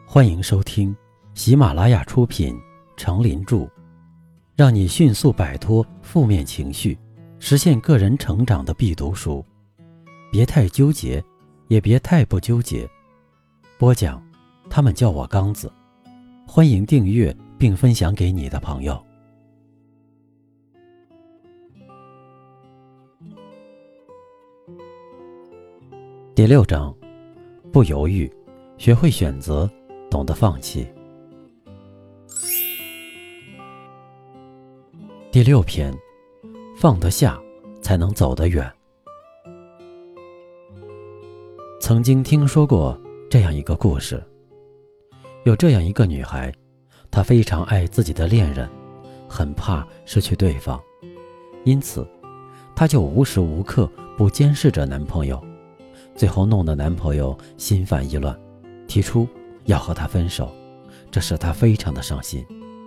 欢迎收听喜马拉雅出品程林著，让你迅速摆脱负面情绪，实现个人成长的必读书。别太纠结，也别太不纠结。播讲，他们叫我刚子。欢迎订阅并分享给你的朋友。第6章，不犹豫，学会选择，懂得放弃。第6篇，放得下才能走得远。曾经听说过这样一个故事，有这样一个女孩，她非常爱自己的恋人，很怕失去对方，因此她就无时无刻不监视着男朋友，最后弄得男朋友心烦意乱，提出要和她分手，这使她非常的伤心。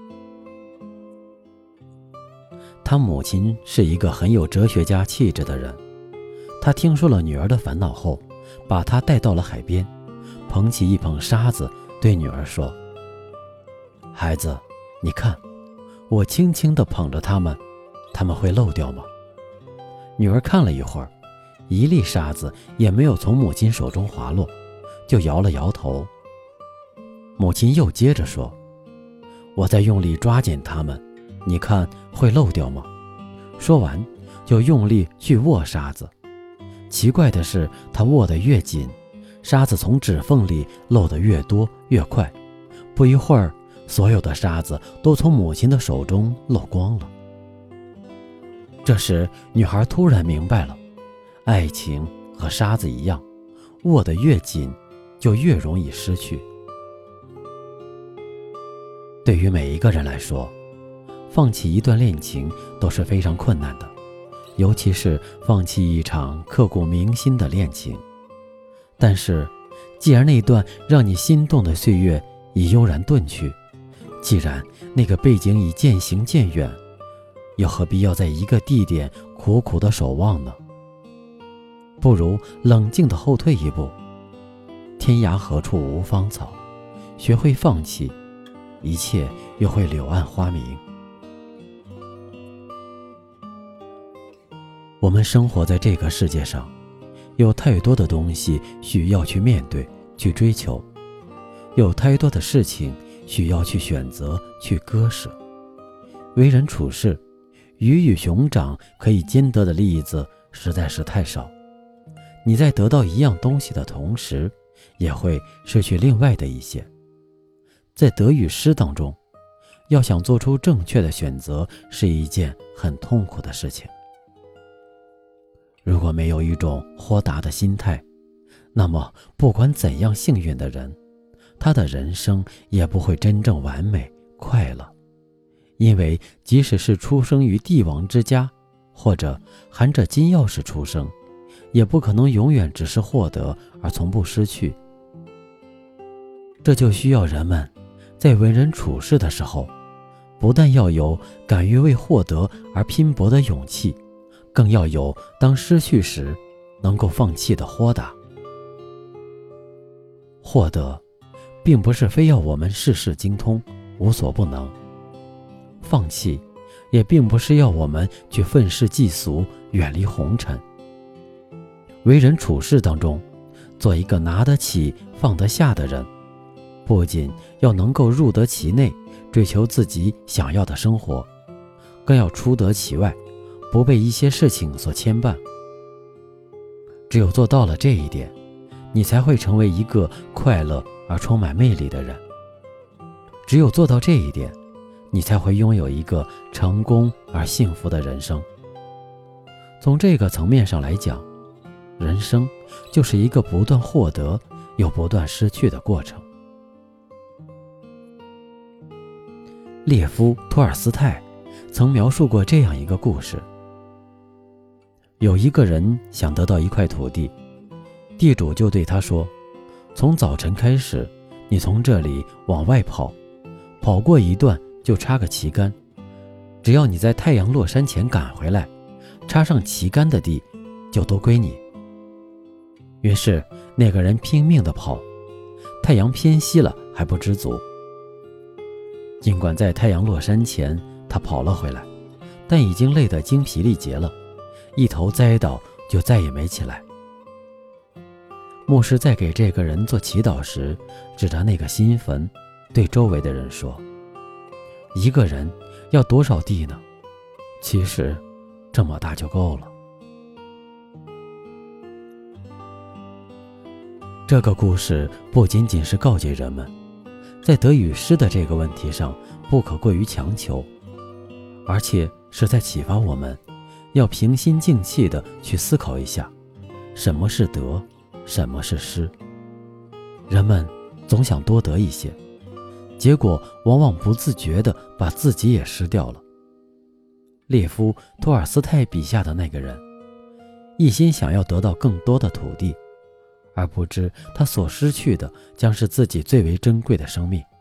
她母亲是一个很有哲学家气质的人，她听说了女儿的烦恼后，把她带到了海边，捧起一捧沙子，对女儿说：孩子，你看，我轻轻地捧着它们会漏掉吗？女儿看了一会儿，一粒沙子也没有从母亲手中滑落，就摇了摇头。母亲又接着说：我在用力抓紧它们，你看会漏掉吗？说完就用力去握沙子，奇怪的是，她握得越紧，沙子从指缝里漏得越多越快，不一会儿，所有的沙子都从母亲的手中漏光了。这时女孩突然明白了，爱情和沙子一样，握得越紧就越容易失去。对于每一个人来说，放弃一段恋情都是非常困难的，尤其是放弃一场刻骨铭心的恋情。但是既然那段让你心动的岁月已悠然遁去，既然那个背景已渐行渐远，又何必要在一个地点苦苦的守望呢？不如冷静地后退一步，天涯何处无芳草，学会放弃，一切又会柳暗花明。我们生活在这个世界上，有太多的东西需要去面对，去追求，有太多的事情需要去选择，去割舍。为人处事，鱼与熊掌可以兼得的例子实在是太少。你在得到一样东西的同时，也会失去另外的一些。在得与失当中，要想做出正确的选择，是一件很痛苦的事情。如果没有一种豁达的心态，那么不管怎样幸运的人，他的人生也不会真正完美快乐。因为即使是出生于帝王之家，或者含着金钥匙出生，也不可能永远只是获得而从不失去。这就需要人们在为人处事的时候，不但要有敢于为获得而拼搏的勇气，更要有当失去时能够放弃的豁达。获得并不是非要我们事事精通，无所不能，放弃也并不是要我们去愤世嫉俗，远离红尘。为人处事当中，做一个拿得起放得下的人，不仅要能够入得其内，追求自己想要的生活，更要出得其外，不被一些事情所牵绊。只有做到了这一点，你才会成为一个快乐而充满魅力的人。只有做到这一点，你才会拥有一个成功而幸福的人生。从这个层面上来讲，人生就是一个不断获得又不断失去的过程。列夫·托尔斯泰曾描述过这样一个故事。有一个人想得到一块土地，地主就对他说：从早晨开始，你从这里往外跑，跑过一段就插个旗杆，只要你在太阳落山前赶回来，插上旗杆的地就都归你。于是那个人拼命地跑，太阳偏西了， 还不知足。尽管在太阳落山前他跑了回来，但已经累得精疲力竭了，一头栽倒就再也没起来。牧师在给这个人做祈祷时，指着那个新坟，对周围的人说：一个人要多少地呢？其实这么大就够了。这个故事不仅仅是告诫人们，在得与失的这个问题上不可过于强求，而且是在启发我们要平心静气地去思考一下，什么是得，什么是失。人们总想多得一些，结果往往不自觉地把自己也失掉了。列夫·托尔斯泰笔下的那个人，一心想要得到更多的土地，而不知他所失去的将是自己最为珍贵的生命。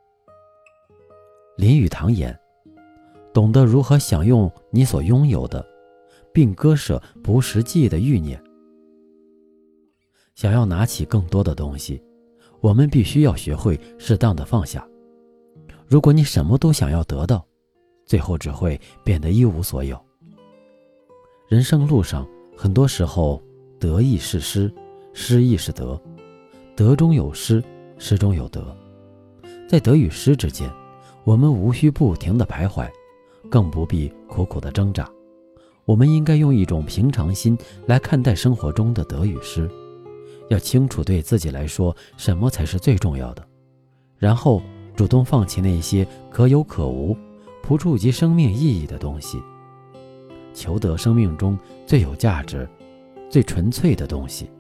林语堂言：懂得如何享用你所拥有的，并割舍不实际的欲念。想要拿起更多的东西，我们必须要学会适当的放下。如果你什么都想要得到，最后只会变得一无所有。人生路上，很多时候得亦是失，失亦是得，得中有失，失中有得。在得与失之间，我们无需不停地徘徊，更不必苦苦地挣扎。我们应该用一种平常心来看待生活中的得与失，要清楚对自己来说什么才是最重要的，然后主动放弃那些可有可无、不触及生命意义的东西，求得生命中最有价值、最纯粹的东西。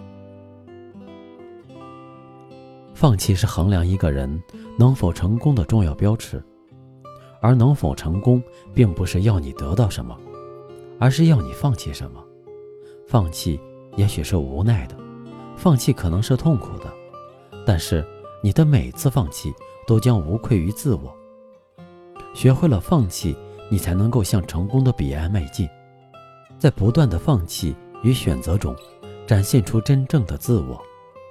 放弃是衡量一个人能否成功的重要标尺，而能否成功并不是要你得到什么，而是要你放弃什么。放弃也许是无奈的，放弃可能是痛苦的，但是你的每次放弃都将无愧于自我。学会了放弃，你才能够向成功的彼岸迈进。在不断的放弃与选择中，展现出真正的自我。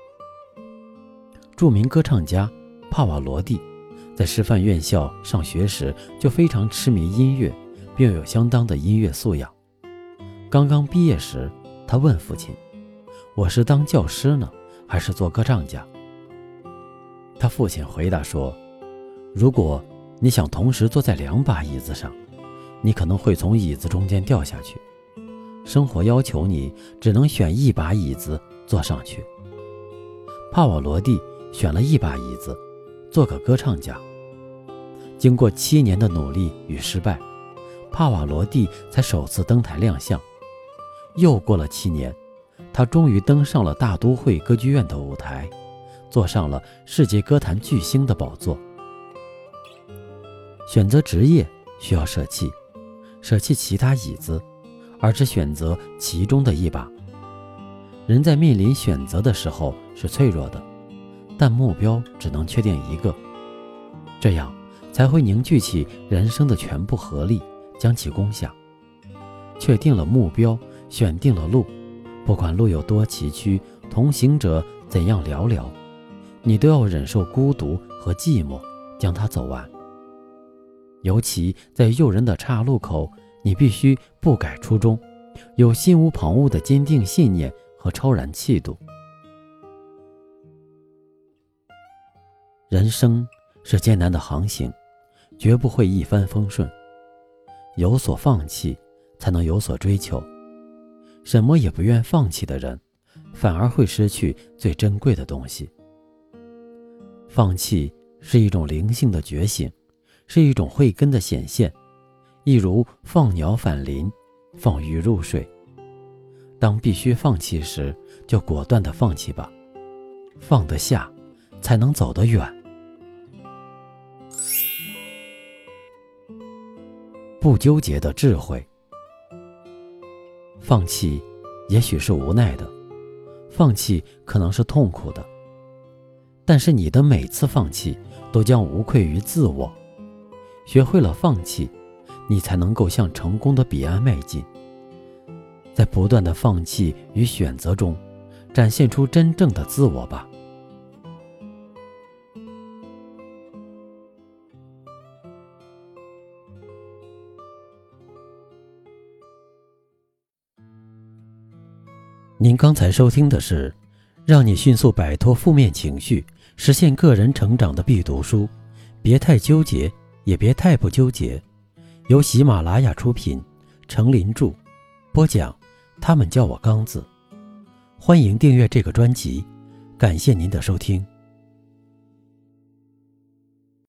著名歌唱家帕瓦罗蒂在师范院校上学时就非常痴迷音乐，并有相当的音乐素养。刚刚毕业时，他问父亲：我是当教师呢，还是做歌唱家？他父亲回答说：如果你想同时坐在2把椅子上，你可能会从椅子中间掉下去。生活要求你只能选1把椅子坐上去。帕瓦罗蒂选了1把椅子，做个歌唱家。经过7年的努力与失败，帕瓦罗蒂才首次登台亮相。又过了7年，他终于登上了大都会歌剧院的舞台，坐上了世界歌坛巨星的宝座。选择职业需要舍弃其他椅子，而只选择其中的1把。人在面临选择的时候是脆弱的，但目标只能确定1个，这样才会凝聚起人生的全部合力，将其攻下。确定了目标，选定了路，不管路有多崎岖，同行者怎样寥寥，你都要忍受孤独和寂寞，将它走完。尤其在诱人的岔路口，你必须不改初衷，有心无旁骛的坚定信念和超然气度。人生是艰难的航行，绝不会一帆风顺。有所放弃，才能有所追求。什么也不愿放弃的人，反而会失去最珍贵的东西。放弃是一种灵性的觉醒，是一种慧根的显现，一如放鸟返林，放鱼入水。当必须放弃时，就果断地放弃吧，放得下，才能走得远。不纠结的智慧。放弃也许是无奈的，放弃可能是痛苦的，但是你的每次放弃都将无愧于自我。学会了放弃，你才能够向成功的彼岸迈进。在不断的放弃与选择中，展现出真正的自我吧。 您刚才收听的是让你迅速摆脱负面情绪，实现个人成长的必读书，别太纠结，也别太不纠结。由喜马拉雅出品，程林著，播讲，他们叫我刚子。欢迎订阅这个专辑，感谢您的收听。